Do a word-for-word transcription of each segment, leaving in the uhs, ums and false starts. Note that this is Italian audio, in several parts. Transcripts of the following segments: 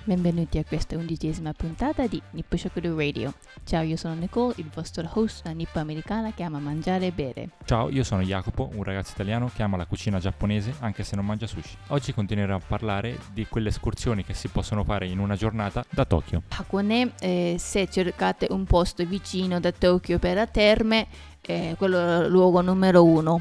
Benvenuti a questa undicesima puntata di Nippon Radio. Ciao, io sono Nicole, il vostro host, una nippo-americana che ama mangiare e bere. Ciao, io sono Jacopo, un ragazzo italiano che ama la cucina giapponese anche se non mangia sushi. Oggi continuerò a parlare di quelle escursioni che si possono fare in una giornata da Tokyo. Hakone, eh, se cercate un posto vicino da Tokyo per la terme, eh, quello è il luogo numero uno.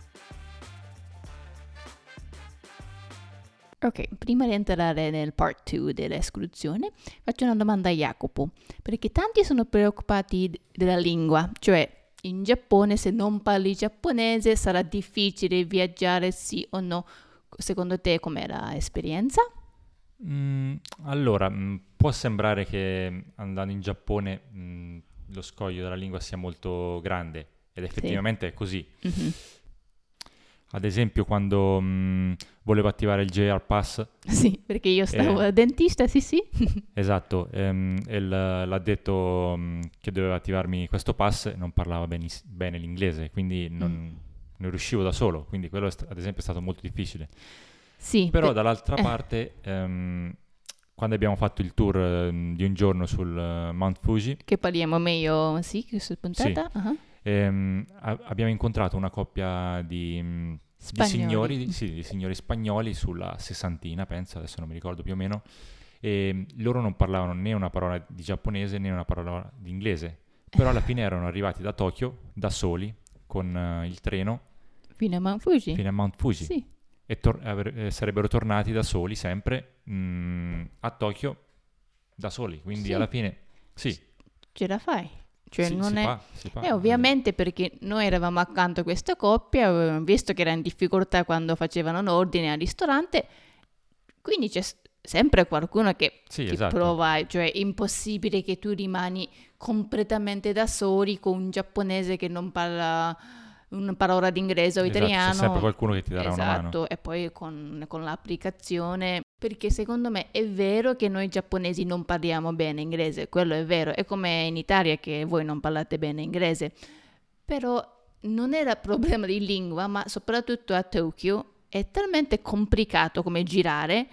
Ok, prima di entrare nel part due dell'escursione, faccio una domanda a Jacopo, perché tanti sono preoccupati d- della lingua, cioè in Giappone se non parli giapponese sarà difficile viaggiare, sì o no? Secondo te com'era l'esperienza? Mm, allora, mm, può sembrare che andando in Giappone mm, lo scoglio della lingua sia molto grande ed effettivamente è così. Mhm. Ad esempio, quando mm, volevo attivare il J R Pass, Sì, perché io stavo eh, al dentista, sì sì. esatto, ehm, e l- l'ha detto mm, che doveva attivarmi questo pass e non parlava benis- bene l'inglese, quindi Mm. non, non riuscivo da solo, quindi quello è sta- ad esempio è stato molto difficile. Sì, Però per- dall'altra eh, parte, ehm, quando abbiamo fatto il tour ehm, di un giorno sul eh, Mount Fuji, che parliamo meglio, sì, questa sì, puntata? Ah, ehm, a- abbiamo incontrato una coppia di, mm, di spagnoli. signori, di- sì, di signori spagnoli sulla sessantina, penso, adesso non mi ricordo più o meno, e loro non parlavano né una parola di giapponese né una parola di inglese, però alla fine erano arrivati da Tokyo da soli con eh, il treno Fino a Mount Fuji? fino a Mount Fuji Sì. e tor- aver- eh, sarebbero tornati da soli sempre mm, a Tokyo da soli, quindi Sì, alla fine sì, ce la fai. Cioè si, non si è... fa, si fa. E eh, ovviamente perché noi eravamo accanto a questa coppia, avevamo visto che era in difficoltà quando facevano l'ordine al ristorante, quindi c'è s- sempre qualcuno che, sì, che esatto. prova, cioè è impossibile che tu rimani completamente da soli con un giapponese che non parla una parola di inglese o Esatto, c'è sempre italiano. qualcuno che ti darà una mano. Esatto, e poi con, con l'applicazione, perché secondo me è vero che noi giapponesi non parliamo bene inglese, quello è vero, è come in Italia che voi non parlate bene inglese, però non era problema di lingua, ma soprattutto a Tokyo è talmente complicato come girare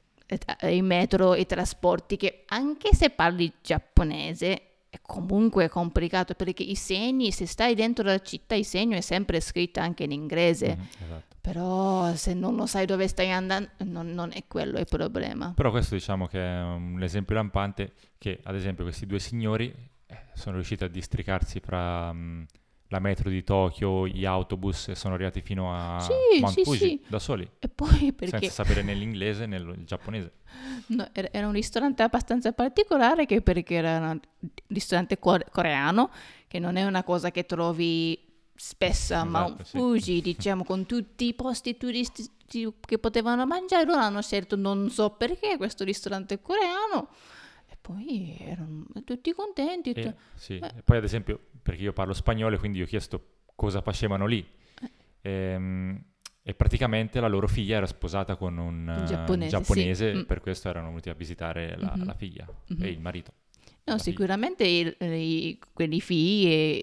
eh, in metro e trasporti che anche se parli giapponese è comunque complicato perché i segni, se stai dentro la città, il segno è sempre scritto anche in inglese, Mhm, esatto. però se non lo sai dove stai andando, non, non è quello il problema. Però questo diciamo che è un esempio lampante che ad esempio questi due signori eh, sono riusciti a districarsi fra mm, la metro di Tokyo, gli autobus e sono arrivati fino a Sì, Mount sì, Fuji sì. da soli, E poi senza perché sapere né l'inglese né il giapponese. no, era era un ristorante abbastanza particolare che perché era un ristorante core- coreano, che non è una cosa che trovi spesso a Mount Esatto, sì. Fuji, diciamo, con tutti i posti turistici che potevano mangiare. Loro hanno scelto, non so perché, questo ristorante coreano. E poi erano tutti contenti. tu- E, sì. eh, E poi ad esempio, perché io parlo spagnolo, quindi io ho chiesto cosa facevano lì. eh, Ehm, E, praticamente la loro figlia era sposata con un in eh, giapponese, sì. giapponese, Mm, per questo erano venuti a visitare la, mhm, la figlia e mhm. il marito No, della figlia. sicuramente il- i- quelli figli eh,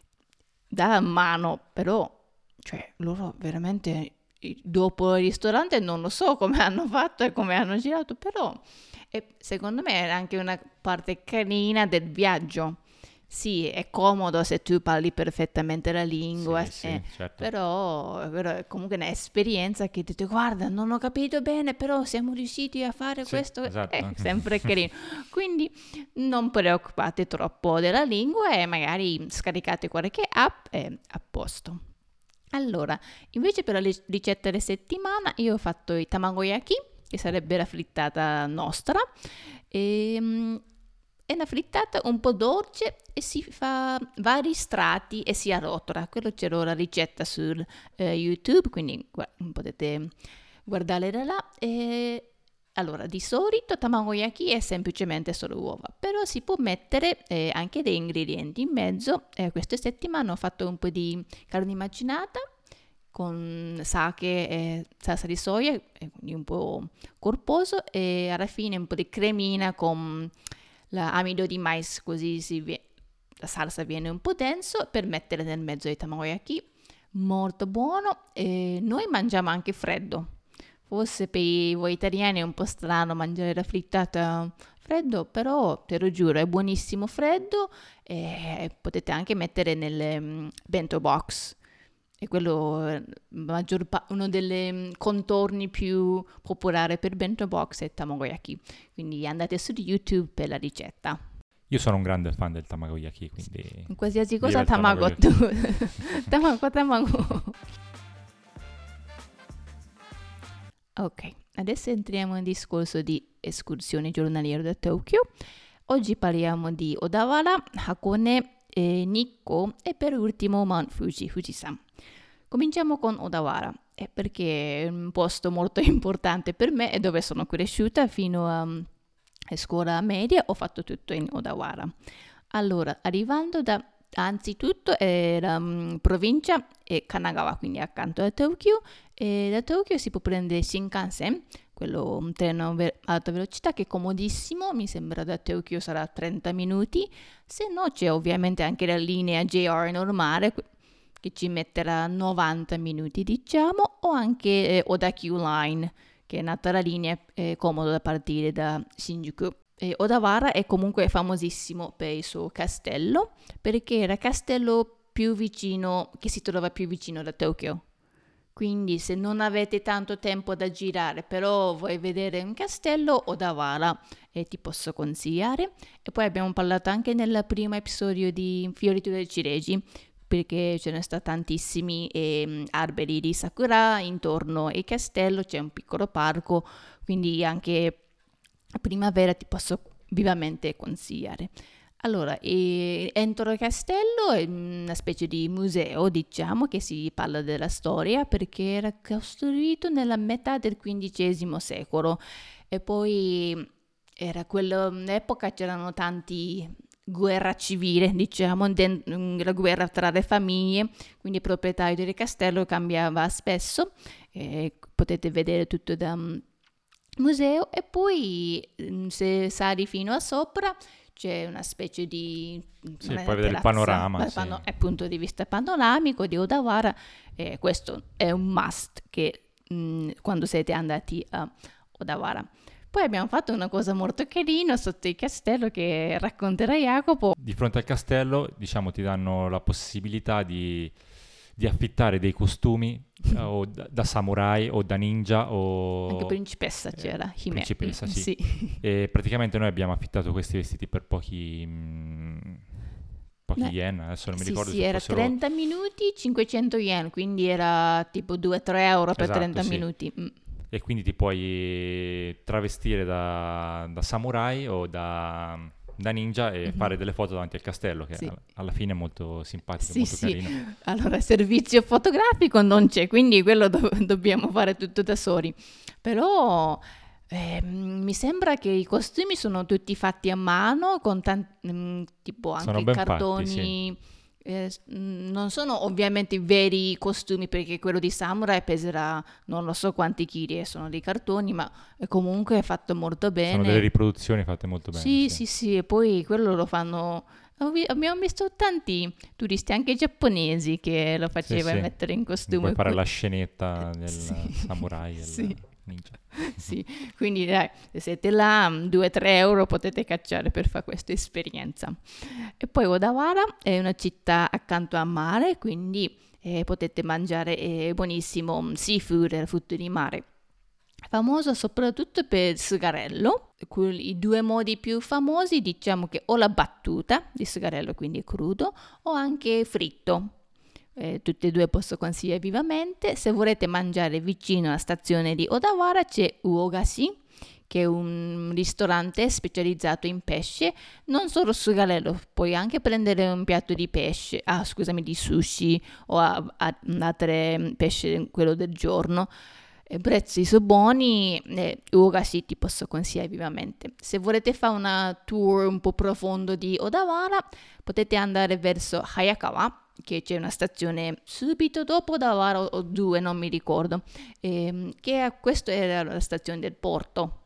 dà mano, però, cioè, loro veramente i- dopo il ristorante non lo so come hanno fatto e come hanno girato, però e secondo me era anche una parte carina del viaggio. Sì, è comodo se tu parli perfettamente la lingua, Sì, eh, sì, certo. però, però è comunque un'esperienza che ti dico, guarda, non ho capito bene, però siamo riusciti a fare Sì, questo, è esatto. sempre carino. Quindi non preoccupate troppo della lingua e magari scaricate qualche app e a posto. Allora, invece per la li- ricetta della settimana io ho fatto i tamagoyaki, che sarebbe la frittata nostra. E, è una frittata un po' dolce e si fa vari strati e si arrotola. Quello c'era la ricetta su eh, YouTube, quindi gua- potete guardare da là. E allora, di solito tamagoyaki è semplicemente solo uova, però si può mettere eh, anche dei ingredienti in mezzo. Eh, questa settimana ho fatto un po' di carne immacinata con sake e salsa di soia, eh, quindi un po' corposo, e alla fine un po' di cremina con l'amido di mais, così si vie- la salsa viene un po' denso per mettere nel mezzo dei tamagoyaki. Molto buono e noi mangiamo anche freddo. Forse per voi italiani è un po' strano mangiare la frittata freddo, però te lo giuro, è buonissimo freddo e potete anche mettere nelle mm, bento box. E quello è maggior pa- uno dei contorni più popolari per bento box è tamagoyaki. Quindi andate su YouTube per la ricetta. Io sono un grande fan del tamagoyaki, quindi In qualsiasi viva cosa il tamago tamagoyaki. tu. Tamago, tamago. Ok, adesso entriamo nel discorso di escursioni giornaliere da Tokyo. Oggi parliamo di Odawara, Hakone, eh, Nikko e per ultimo Mount Fuji, Fujisan. Cominciamo con Odawara, eh, perché è un posto molto importante per me e dove sono cresciuta fino a, a scuola media, ho fatto tutto in Odawara. Allora, arrivando da, anzitutto era um, provincia e Kanagawa, quindi accanto a Tokyo, e da Tokyo si può prendere Shinkansen, quello un treno a alta velocità che è comodissimo, mi sembra da Tokyo sarà trenta minuti, se no c'è ovviamente anche la linea J R normale che ci metterà novanta minuti diciamo, o anche eh, Oda-Q Line, che è nata la linea, è comodo da partire da Shinjuku. E Odawara è comunque famosissimo per il suo castello, perché era il castello più vicino, che si trova più vicino da Tokyo. Quindi se non avete tanto tempo da girare, però vuoi vedere un castello, Odawara e ti posso consigliare. E poi abbiamo parlato anche nel primo episodio di Fioritura dei Ciliegi, perché ce ne sta tantissimi eh, alberi di sakura intorno al castello, c'è un piccolo parco, quindi anche a primavera ti posso vivamente consigliare. Allora, eh, entro il castello è una specie di museo, diciamo, che si parla della storia perché era costruito nella metà del quindicesimo secolo e poi era quell'epoca, c'erano tanti guerra civile, diciamo, den- la guerra tra le famiglie, quindi il proprietario del castello cambiava spesso, eh, potete vedere tutto da um, museo e poi mm, se sali fino a sopra c'è una specie di Sì, non è puoi una vedere il terrazza, panorama, dal sì. pano- dal punto di vista panoramico di Odawara, e questo è un must che mm, quando siete andati a Odawara. Poi abbiamo fatto una cosa molto carina sotto il castello che racconterà Jacopo. Di fronte al castello, diciamo, ti danno la possibilità di, di affittare dei costumi eh, o da, da samurai o da ninja o Anche principessa eh, c'era, Hime. principessa, Mm, sì. sì. E praticamente noi abbiamo affittato questi vestiti per pochi, mm, pochi Beh, yen, adesso non mi sì, ricordo sì, se era fossero... trenta minuti, cinquecento yen, quindi era tipo due tre euro per Esatto, trenta sì. minuti. Mm. E quindi ti puoi travestire da, da samurai o da, da ninja e Mhm. fare delle foto davanti al castello, che Sì. al- alla fine è molto simpatico, Sì, molto sì. carino. Allora, servizio fotografico non c'è, quindi quello do- dobbiamo fare tutto da soli. Però ehm, mi sembra che i costumi sono tutti fatti a mano, con tanti, tipo Sono anche ben fatti, sì. cartoni. Eh, s- mm, non sono ovviamente i veri costumi perché quello di samurai peserà non lo so quanti chili, e sono dei cartoni, ma è comunque fatto molto Sono delle bene. riproduzioni fatte molto bene, Sì, sì. sì, sì, e poi quello lo fanno. ho vi- Abbiamo visto tanti turisti, anche giapponesi, che lo Sì, facevano sì. mettere in Puoi costume. fare qui- la scenetta del Sì, samurai e sì, del ninja. sì. Quindi dai, se siete là, due tre euro potete cacciare per fare questa esperienza. E poi Odawara è una città accanto al mare, quindi eh, potete mangiare eh, buonissimo mm, seafood, frutto di mare. Famoso soprattutto per il sigarello, que- i due modi più famosi diciamo che o la battuta di sigarello, quindi crudo, o anche fritto. Eh, tutte e due posso consigliare vivamente. Se volete mangiare vicino alla stazione di Odawara c'è Uogashi, che è un ristorante specializzato in pesce, non solo sigarello, puoi anche prendere un piatto di pesce, ah scusami, di sushi o a, a, altre pesce, quello del giorno. Eh, prezzi sono buoni, eh, Ugashi ti posso consigliare vivamente. Se volete fare una tour un po' profondo di Odawara, potete andare verso Hayakawa, che c'è una stazione subito dopo Odawara o, o due, non mi ricordo, ehm, che è, questa è la stazione del porto.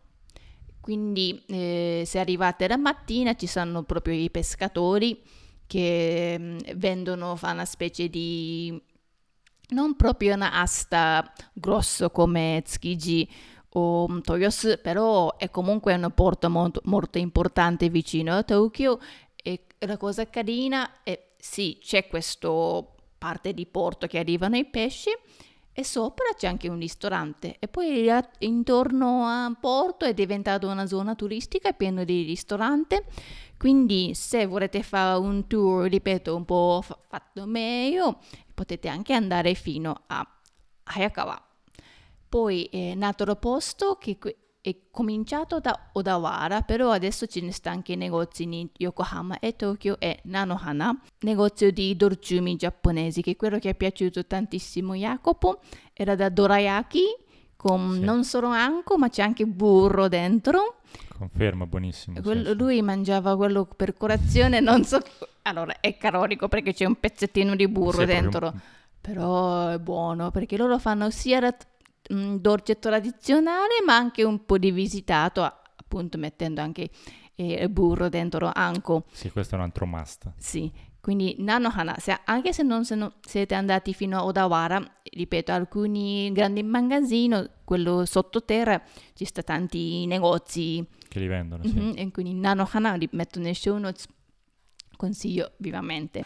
Quindi eh, se arrivate la mattina ci sono proprio i pescatori che mm, vendono, fanno una specie di non proprio una asta grosso come Tsukiji o Toyosu, però è comunque un porto molto, molto importante vicino a Tokyo e la cosa carina è sì, c'è questo parte di porto che arrivano i pesci e sopra c'è anche un ristorante e poi intorno a Porto è diventato una zona turistica piena di ristoranti, quindi se volete fare un tour, ripeto, un po' fatto meglio, potete anche andare fino a Hayakawa. Poi è un altro posto che è cominciato da Odawara, però adesso ce ne sta anche negozi in Yokohama e Tokyo e Nanohana, negozio di dolciumi giapponesi, che è quello che è piaciuto tantissimo a Jacopo, era da dorayaki, con sì. non solo anco, ma c'è anche burro dentro. Conferma, buonissimo. Quello, sì, lui sì. mangiava quello per colazione, non so... Allora, è calorico perché c'è un pezzettino di burro sì, dentro, proprio... però è buono, perché loro fanno sia la mh, dolce tradizionale, ma anche un po' di visitato, appunto mettendo anche eh, burro dentro anco. Sì, questo è un altro must. Sì, quindi Nanohana, se, anche se non, se non siete andati fino a Odawara, ripeto, alcuni grandi magazzini, quello sottoterra, ci sta tanti negozi che li vendono, mm-hmm, sì. E quindi Nanohana li metto nei show notes, consiglio vivamente.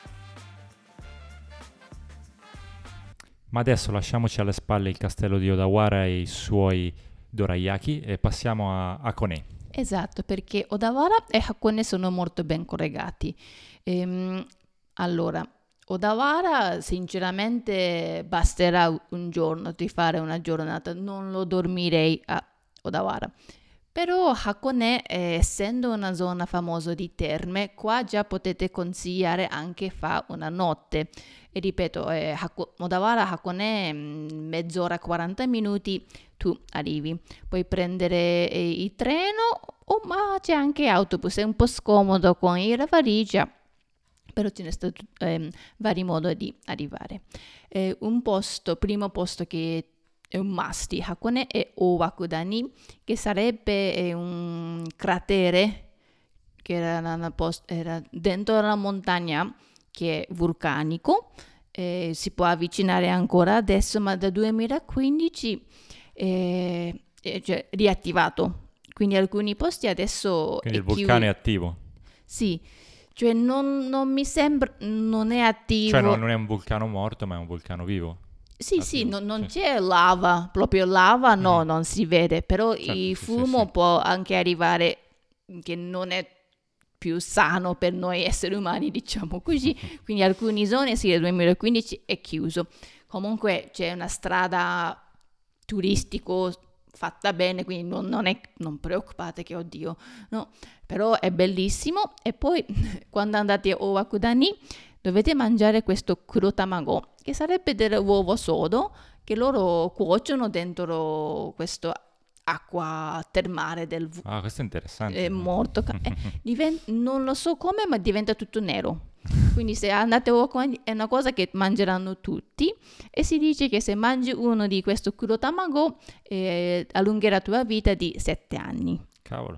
Ma adesso lasciamoci alle spalle il castello di Odawara e i suoi dorayaki e passiamo a Hakone. Esatto, perché Odawara e Hakone sono molto ben collegati. Ehm, allora, Odawara sinceramente basterà un giorno di fare una giornata, non lo dormirei a Odawara. Però Hakone, eh, essendo una zona famosa di terme, qua già potete consigliare anche fa una notte. E ripeto, eh, Hako- Odawara, Hakone, mezz'ora, quaranta minuti, tu arrivi. Puoi prendere eh, il treno, o ma c'è anche autobus, è un po' scomodo con la valigia, però ce ne sono eh, vari modi di arrivare. Eh, un posto, primo posto che è un must di Hakone è Owakudani, che sarebbe eh, un cratere che era, una post- era dentro la montagna che è vulcanico, eh, si può avvicinare ancora adesso, ma dal duemilaquindici è, è cioè, riattivato, quindi alcuni posti adesso quindi è il vulcano chiuso. è attivo? Sì, cioè non, non mi sembra, non è attivo. Cioè no, non è un vulcano morto, ma è un vulcano vivo? Sì, attivo. sì, no, non sì. c'è lava, proprio lava no, mm-hmm. non si vede, però certo, il sì, fumo sì, sì. può anche arrivare, che non è più sano per noi esseri umani, diciamo così, quindi alcune zone sì, nel duemilaquindici è chiuso. Comunque c'è una strada turistico fatta bene, quindi non, non, è, non preoccupate che oddio, no, però è bellissimo. E poi quando andate a Owakudani dovete mangiare questo kurotamago, che sarebbe dell'uovo sodo che loro cuociono dentro questo acqua termale del v- ah questo è interessante è molto ca- è, divent- non lo so come, ma diventa tutto nero. Quindi se andate a Owakudani è una cosa che mangeranno tutti, e si dice che se mangi uno di questo kurotamago eh, allungherà la tua vita di sette anni. Cavolo.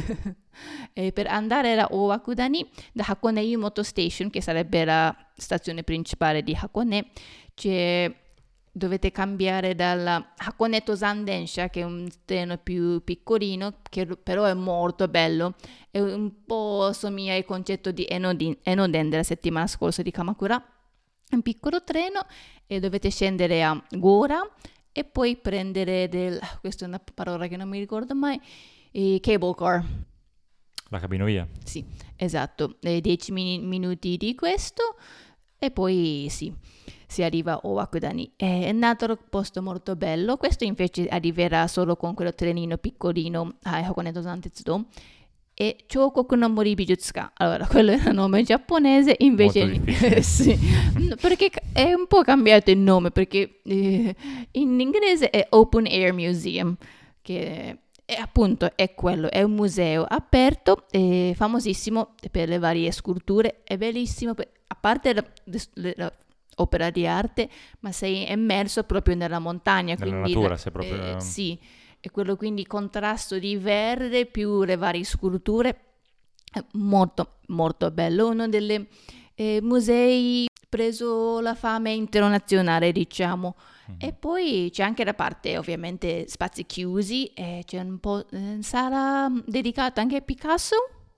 E per andare da Owakudani, da Hakone Yumoto Station, che sarebbe la stazione principale di Hakone, c'è, dovete cambiare dal Hakone Tozan Densha, che è un treno più piccolino, che però è molto bello. È un po' somiglia al concetto di Enoden, Enoden della settimana scorsa di Kamakura. È un piccolo treno e dovete scendere a Gora e poi prendere del... questa è una parola che non mi ricordo mai, eh, cable car. La cabinovia. Sì, esatto, eh, dieci min- minuti di questo e poi sì, si arriva a Owakudani. È un altro posto molto bello, questo invece arriverà solo con quello trenino piccolino a Hakone Tozan Tetsudo. E Chokoku no Mori Bijutsukan. Allora, quello era il nome giapponese, invece sì, perché è un po' cambiato il nome, perché eh, in inglese è Open Air Museum, che e appunto è quello, è un museo aperto e famosissimo per le varie sculture, è bellissimo, a parte l'opera di arte, ma sei immerso proprio nella montagna. Nella quindi natura, la, sei proprio... eh, sì, e quello quindi contrasto di verde più le varie sculture, è molto molto bello, uno dei eh, musei preso la fame internazionale, diciamo. Mhm. E poi c'è anche la parte, ovviamente, spazi chiusi, e c'è un po' eh, sala dedicata anche a Picasso.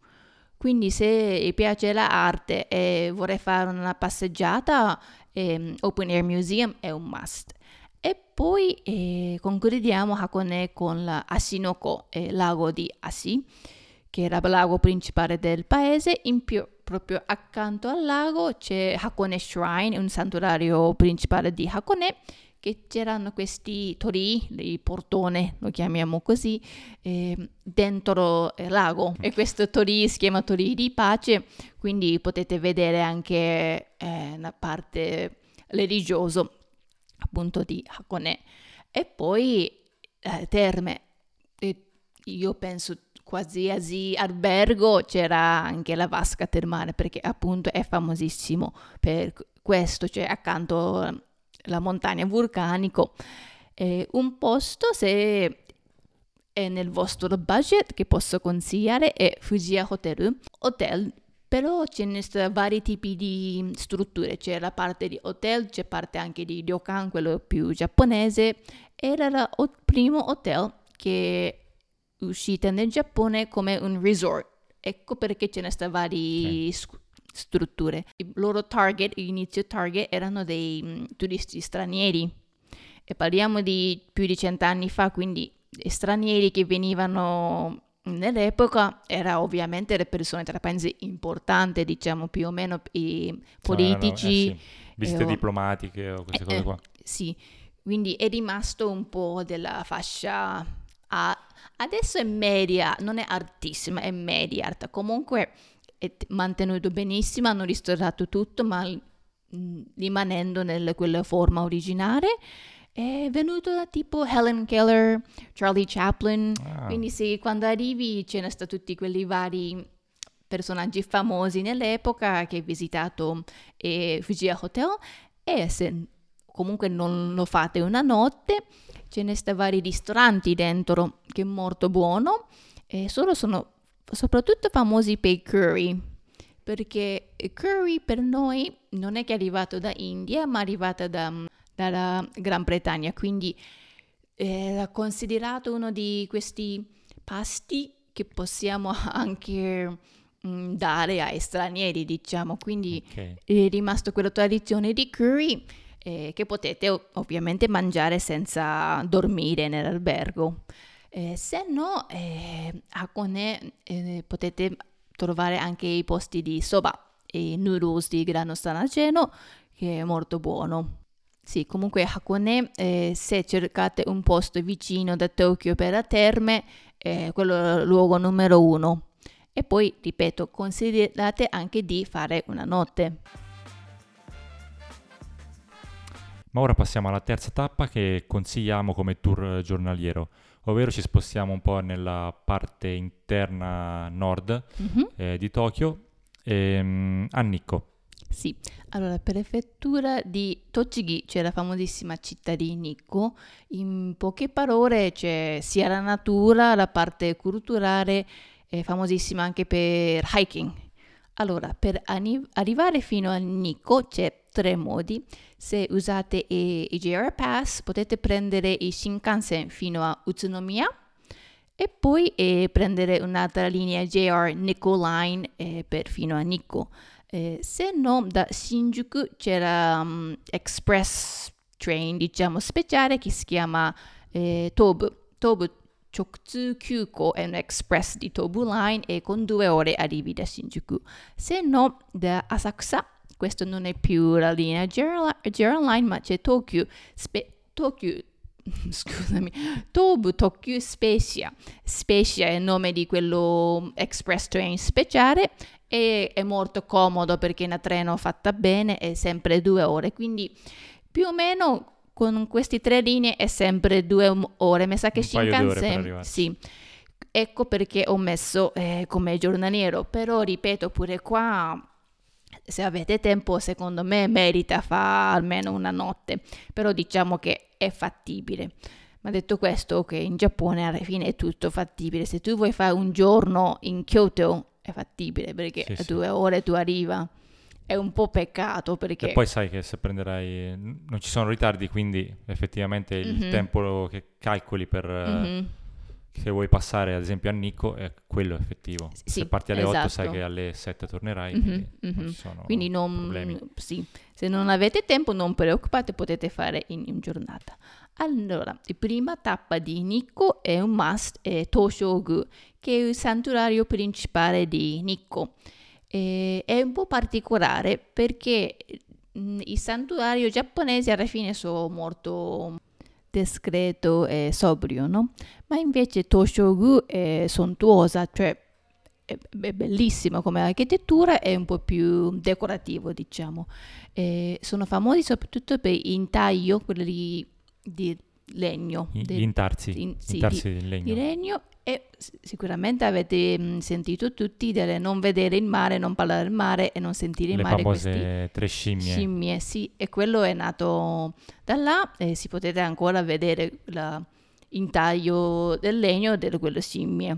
Quindi se vi piace l'arte e vorrei fare una passeggiata, ehm, Open Air Museum è un must. E poi eh, concludiamo Hakone con la Ashinoko, eh, lago di Ashi, che era il lago principale del paese. In più, proprio accanto al lago c'è Hakone Shrine, un santuario principale di Hakone, che c'erano questi torii, il portone, lo chiamiamo così, eh, dentro il lago. E questo torii si chiama Torii di Pace, quindi potete vedere anche eh, una parte religiosa appunto di Hakone. E poi eh, terme, e io penso qualsiasi albergo c'era anche la vasca termale, perché appunto è famosissimo per questo, cioè accanto alla montagna vulcanico. Eh, un posto, se è nel vostro budget, che posso consigliare è Fujiya Hotel. Hotel, però ce ne sono vari tipi di strutture, c'è la parte di hotel, c'è parte anche di ryokan, quello più giapponese. Era il primo hotel che è uscito nel Giappone come un resort, ecco perché ce ne sono varie Sì. sc- strutture. Il loro target, l'inizio target erano dei mm, turisti stranieri, e parliamo di più di cent'anni fa, quindi stranieri che venivano nell'epoca era ovviamente le persone tra paesi importanti, diciamo più o meno i Insomma, erano, eh politici. sì, visite eh, o- diplomatiche o queste eh, cose eh, qua. sì, quindi è rimasto un po' della fascia A. Adesso è media, non è altissima, è media alta. Comunque è t- mantenuto benissimo, hanno ristorato tutto, ma mm, rimanendo nella quella forma originale. È venuto da tipo Helen Keller, Charlie Chaplin, Ah, quindi sì, quando arrivi ce ne sta tutti quelli vari personaggi famosi nell'epoca che hai visitato eh, Fujiya Hotel. E se comunque non lo fate una notte, ce ne sta vari ristoranti dentro, che è molto buono, e solo sono soprattutto famosi per i curry, perché il curry per noi non è che è arrivato da India, ma è arrivato da, dalla Gran Bretagna, quindi è considerato uno di questi pasti che possiamo anche mm, dare ai stranieri, diciamo, quindi ok. è rimasto quella tradizione di curry eh, che potete ov- ovviamente mangiare senza dormire nell'albergo. Eh, se no, eh, a Hakone eh, potete trovare anche i posti di soba e noodles di grano saraceno, che è molto buono. Sì, comunque Hakone, eh, se cercate un posto vicino da Tokyo per la terme, eh, quello è il luogo numero uno. E poi, ripeto, considerate anche di fare una notte. Ma ora passiamo alla terza tappa che consigliamo come tour giornaliero, ovvero ci spostiamo un po' nella parte interna nord Mhm. eh, di Tokyo, ehm, a Nikko. Sì, allora, prefettura di Tochigi c'è la famosissima città di Nikko. In poche parole c'è sia la natura, la parte culturale, è famosissima anche per hiking. Allora, per ani- arrivare fino a Nikko c'è tre modi. Se usate i, i J R Pass potete prendere i Shinkansen fino a Utsunomiya e poi eh, prendere un'altra linea J R Nikko Line eh, per fino a Nikko. Eh, se no, da Shinjuku c'era um, express train, diciamo, speciale che si chiama eh, Tobu. Tobu Chokutsu Kyuko è un express di Tobu Line e con due ore arrivi da Shinjuku. Se no, da Asakusa, questo non è più la linea J R Line, ma c'è Tokyu, Spe- Tokyu scusami, Tobu Tokyu Specia. Specia è il nome di quello express train speciale e è molto comodo perché è una treno fatta bene, è sempre due ore, quindi più o meno con queste tre linee è sempre due ore. Mi sa che Un paio di ore per Shinkansen, arrivarci. sì. Ecco perché ho messo eh, come giornaliero, però ripeto pure qua, se avete tempo, secondo me merita fare almeno una notte, però diciamo che è fattibile. Ma detto questo, ok, in Giappone alla fine è tutto fattibile. Se tu vuoi fare un giorno in Kyoto è fattibile perché Sì, a sì. due ore tu arriva. è un po' peccato perché... E poi sai che se prenderai... non ci sono ritardi, quindi effettivamente il Mhm, tempo che calcoli per... eh, mhm. che vuoi passare ad esempio a Nicco è quello effettivo. Se Sì, parti alle otto sai esatto. che alle sette tornerai, Mhm, quindi non mhm. ci sono Quindi problemi. non, sì, se non avete tempo non preoccupate, potete fare in, in giornata. Allora, la prima tappa di Nikko è un must, è Toshogu, che è il santuario principale di Nikko. E è un po' particolare perché mm, i santuari giapponesi alla fine sono molto discreto e sobrio, no? Ma invece Toshogu è sontuosa, cioè è, è bellissima come architettura e un po' più decorativo, diciamo. E sono famosi soprattutto per i intaglio, quelli di legno, I- Gli del- intarsi, in- gli sì, di, intarsi in di legno, legno e s- sicuramente avete mh, sentito tutti del non vedere il mare, non parlare del mare e non sentire il le mare, questi famose tre scimmie. scimmie, sì, e quello è nato da là e si potete ancora vedere l'intaglio del legno di quelle scimmie.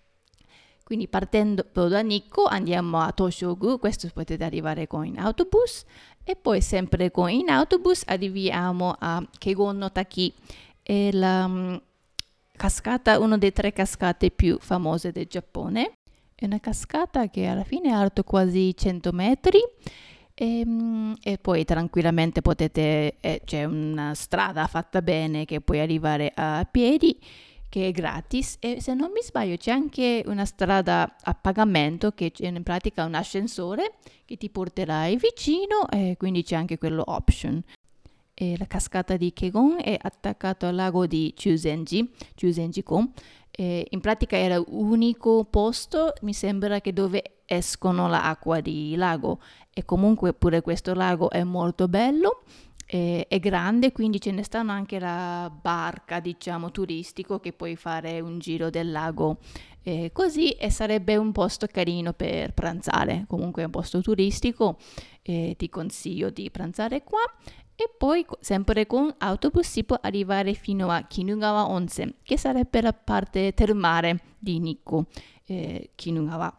Quindi partendo da Nikko andiamo a Toshogu, questo potete arrivare con in autobus e poi sempre con in autobus arriviamo a Kegon no Taki, è la mm, cascata, una delle tre cascate più famose del Giappone. È una cascata che alla fine è alto quasi cento metri e, mm, e poi tranquillamente potete, eh, c'è una strada fatta bene che puoi arrivare a piedi che è gratis e se non mi sbaglio c'è anche una strada a pagamento che c'è in pratica un ascensore che ti porterai vicino e quindi c'è anche quello option. E la cascata di Kegon è attaccata al lago di Chuzenji, Chuzenji-kon. E in pratica era l'unico posto, mi sembra, che dove escono l'acqua di lago e comunque pure questo lago è molto bello, è, è grande, quindi ce ne stanno anche la barca, diciamo, turistico che puoi fare un giro del lago eh, così e sarebbe un posto carino per pranzare, comunque è un posto turistico, eh, ti consiglio di pranzare qua. E poi sempre con autobus si può arrivare fino a Kinugawa Onsen, che sarebbe la parte termale di Nikko, eh, Kinugawa.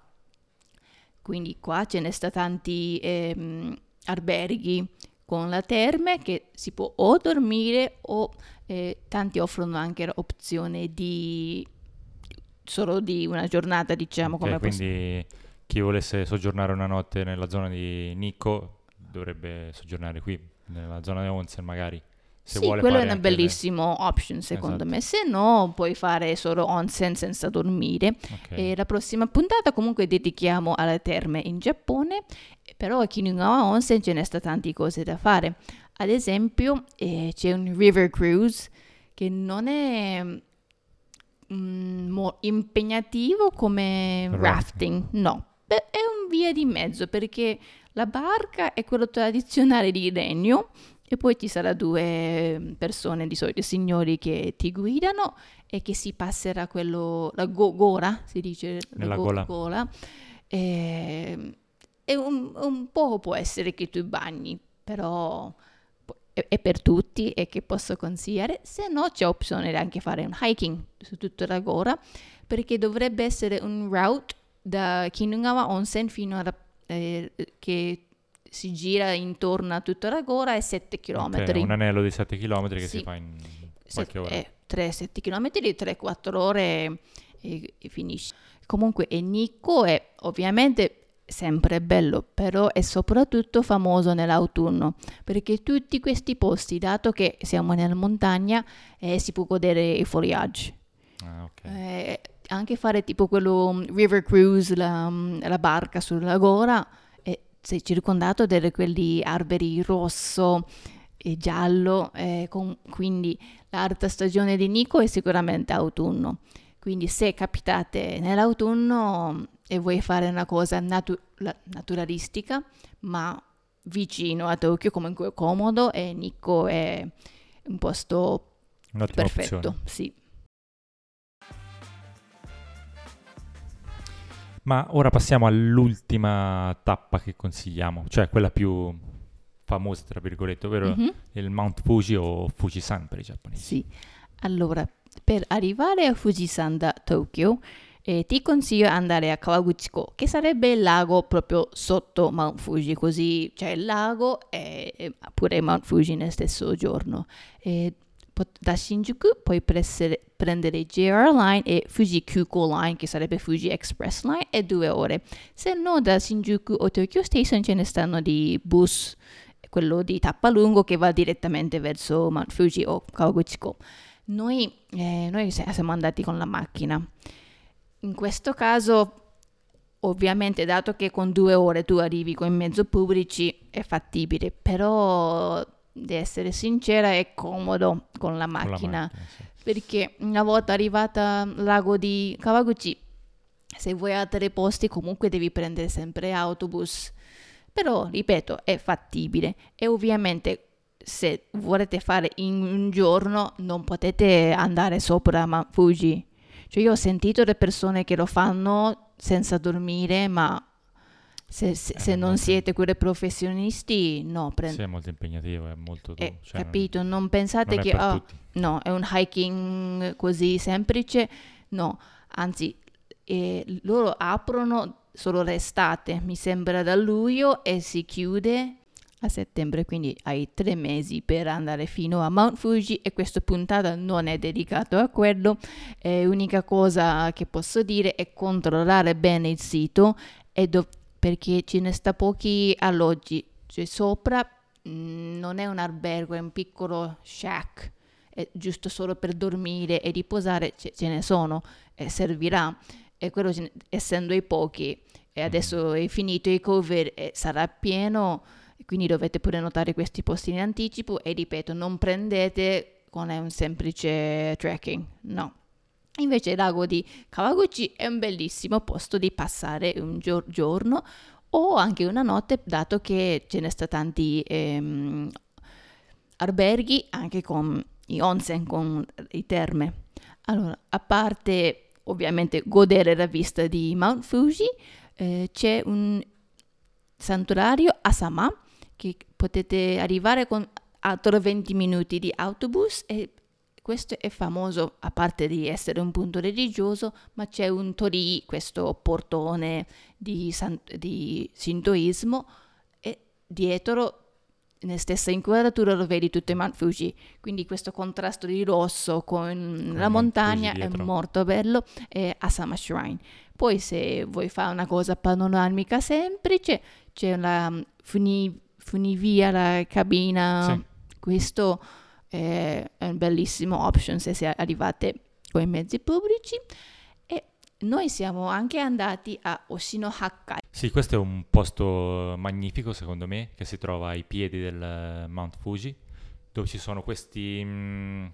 Quindi qua ce ne sta tanti ehm, alberghi con la terme che si può o dormire o eh, tanti offrono anche l'opzione di solo di una giornata, diciamo, Ok, come possiamo. quindi chi volesse soggiornare una notte nella zona di Nicco dovrebbe soggiornare qui, nella zona di Onsen magari, se Sì, vuole quello è fare una anche le... bellissima option secondo Esatto, me, se no puoi fare solo onsen senza dormire. ok. E la prossima puntata comunque dedichiamo alle terme in Giappone, però a Kinugawa Onsen ce ne sta tante cose da fare. Ad esempio eh, c'è un river cruise che non è mm, mo- impegnativo come Rafting. rafting, no, Beh, è un via di mezzo perché la barca è quello tradizionale di legno e poi ci saranno due persone, di solito signori, che ti guidano e che si passerà quello, la go- gora, si dice, la Nella go- gola. gola. E, e un, un po' può essere che tu bagni, però è, è per tutti e che posso consigliare. Se no c'è opzione di anche fare un hiking su tutta la gora, perché dovrebbe essere un route da Kinugawa Onsen fino a eh, che si gira intorno a tutta la gora è sette Ok, chilometri. un anello di sette chilometri che si Sì, fa in se- qualche ora. eh, tre sette chilometri, tre quattro ore e, e- e finisce. Comunque, e Nikko è ovviamente sempre bello, però è soprattutto famoso nell'autunno, perché tutti questi posti, dato che siamo nella montagna, eh, si può godere il foliage. Ah, ok. Eh, anche fare tipo quello um, river cruise, la, um, la barca sulla gora, e sei circondato da quelli alberi rosso e giallo, eh, con- quindi l'alta stagione di Nikko è sicuramente autunno. Quindi se capitate nell'autunno um, e vuoi fare una cosa natu- la- naturalistica, ma vicino a Tokyo, comunque comodo, e Nikko è un posto Un'ottima perfetto, opzione. sì. Ma ora passiamo all'ultima tappa che consigliamo, cioè quella più famosa, tra virgolette, ovvero Mhm. il Mount Fuji o Fujisan per i giapponesi. Sì, allora per arrivare a Fujisan da Tokyo E ti consiglio andare a Kawaguchiko, che sarebbe il lago proprio sotto Mount Fuji, così c'è il lago e, e pure Mount Fuji nel stesso giorno. E pot- da Shinjuku puoi pressere- prendere J R Line e Fuji Kyuko Line, che sarebbe Fuji Express Line, e due ore. Se no, da Shinjuku o Tokyo Station ce ne stanno di bus, quello di tappa lungo che va direttamente verso Mount Fuji o Kawaguchiko. Noi, eh, noi siamo andati con la macchina. In questo caso, ovviamente, dato che con due ore tu arrivi con i mezzi pubblici, è fattibile, però, devo essere sincera, è comodo con la Con la macchina, macchina, sì. perché una volta arrivata al lago di Kawaguchi, se vuoi altri posti comunque devi prendere sempre autobus, però, ripeto, è fattibile e ovviamente se volete fare in un giorno non potete andare sopra Mount Fuji. Cioè io ho sentito le persone che lo fanno senza dormire, ma se, se- Eh, se è non molto, siete quelle professionisti, no, sì, prend- è molto impegnativo, è molto eh, duro. Cioè, non, capito? Non pensate non è che per ah, tutti. no, è un hiking così semplice, no, anzi, eh, loro aprono solo l'estate, mi sembra da luglio e si chiude a settembre, quindi hai tre mesi per andare fino a Mount Fuji e questa puntata non è dedicato a quello. Eh, L'unica cosa che posso dire è controllare bene il sito e dov- perché ce ne sta pochi alloggi, cioè sopra mm, non è un albergo, è un piccolo shack, è giusto solo per dormire e riposare, ce, ce ne sono e servirà. E quello ce ne- essendo i pochi e Mhm. adesso è finito il cover e sarà pieno, e quindi dovete pure notare questi posti in anticipo e ripeto, non prendete con un semplice trekking, no. Invece il lago di Kawaguchi è un bellissimo posto di passare un gio- giorno o anche una notte, dato che ce ne sta tanti ehm, alberghi anche con i onsen, con i terme. Allora, a parte ovviamente godere la vista di Mount Fuji, eh, c'è un santuario a Sama che potete arrivare con altri venti minuti di autobus e questo è famoso, a parte di essere un punto religioso, ma c'è un torii, questo portone di, san- di Shintoismo, e dietro, nella stessa inquadratura, lo vedi tutto in Mount Fuji. Quindi questo contrasto di rosso con Con la il Mount Fuji montagna è dietro. molto bello, è Asama Shrine. Poi se vuoi fare una cosa panoramica semplice, c'è una funi- funivia, la cabina, Sì. questo è un bellissimo option se si arrivate con i mezzi pubblici. E noi siamo anche andati a Oshinohakkai. Sì, questo è un posto magnifico secondo me, che si trova ai piedi del eh, Mount Fuji, dove ci sono questi mm,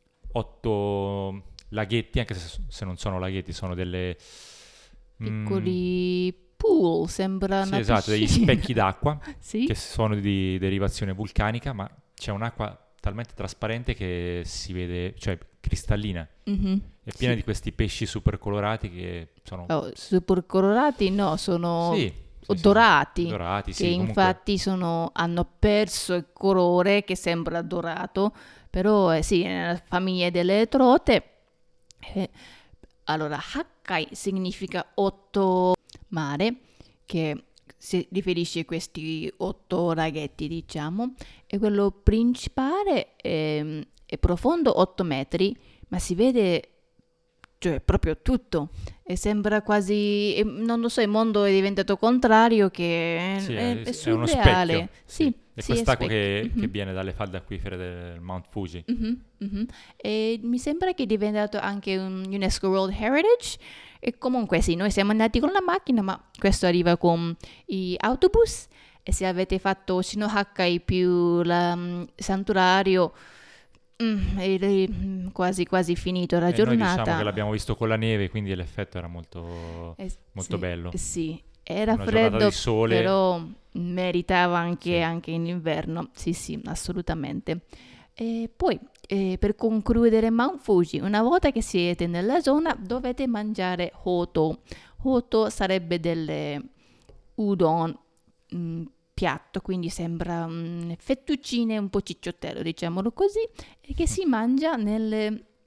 otto laghetti, anche se, se non sono laghetti, sono delle... mm, Piccoli pool, sembra sì, una esatto, degli piscina. specchi d'acqua Sì? che sono di derivazione vulcanica, ma c'è un'acqua talmente trasparente che si vede, cioè cristallina. Mhm, È piena sì. di questi pesci super colorati che sono... Oh, super colorati, no, sono Sì, sì, sì, dorati, dorati, che sì, comunque... infatti sono- hanno perso il colore che sembra dorato, però eh, sì, nella famiglia delle trote. eh, allora, Hakkai significa otto mare, che si riferisce a questi otto laghetti, diciamo, e quello principale è, è profondo otto metri, ma si vede cioè proprio tutto e sembra quasi, e non lo so, il mondo è diventato contrario che è, Sì, è- è, è è uno specchio, surreale. sì. Sì, È sì, è quest'acqua specchio. che, che Mhm, viene dalle falde acquifere del Mount Fuji. mhm, mhm. E mi sembra che è diventato anche un UNESCO World Heritage e comunque sì, noi siamo andati con la macchina, ma questo arriva con gli autobus e se avete fatto Shinohakkai più la, mm, santuario, mm, è è quasi quasi finito la E noi diciamo che giornata. l'abbiamo visto con la neve, quindi l'effetto era molto, Eh, molto sì, bello. sì, era Una giornata di freddo, sole, però meritava anche, sì. anche in inverno. Sì, sì, assolutamente. E poi, eh, per concludere Mount Fuji, una volta che siete nella zona, dovete mangiare hoto. Hoto sarebbe delle udon, mm, piatto, quindi sembra un fettuccine un po' cicciottello, diciamolo così, e che si mangia nelle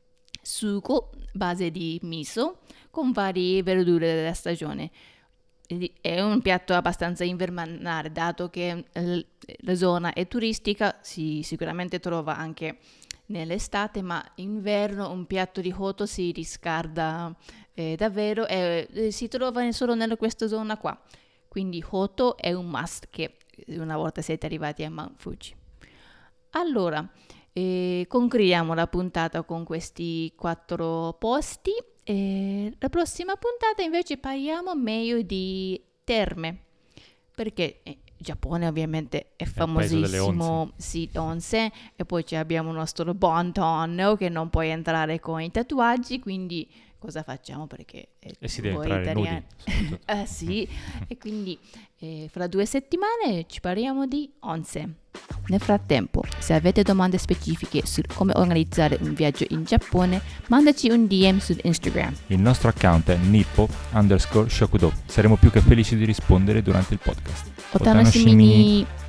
sugo base di miso con varie verdure della stagione. È un piatto abbastanza invernale, dato che la zona è turistica, si sicuramente trova anche nell'estate, ma in inverno un piatto di Hoto si riscalda eh, davvero e eh, si trova solo in questa zona qua. Quindi Hoto è un must che una volta siete arrivati a Mount Fuji. Allora, eh, concludiamo la puntata con questi quattro posti. E la prossima puntata invece parliamo meglio di terme, perché il Giappone ovviamente è famosissimo, sì, onsen, e poi abbiamo il nostro Bonton, no? Che non puoi entrare con i tatuaggi, quindi cosa facciamo? Perché e si deve entrare italiani. Nudi. Ah sì, e quindi eh, fra due settimane ci parliamo di onsen. Nel frattempo, se avete domande specifiche su come organizzare un viaggio in Giappone, mandaci un D M su Instagram. Il nostro account è nippo underscore shokudo. Saremo più che felici di rispondere durante il podcast. Otanoshimi.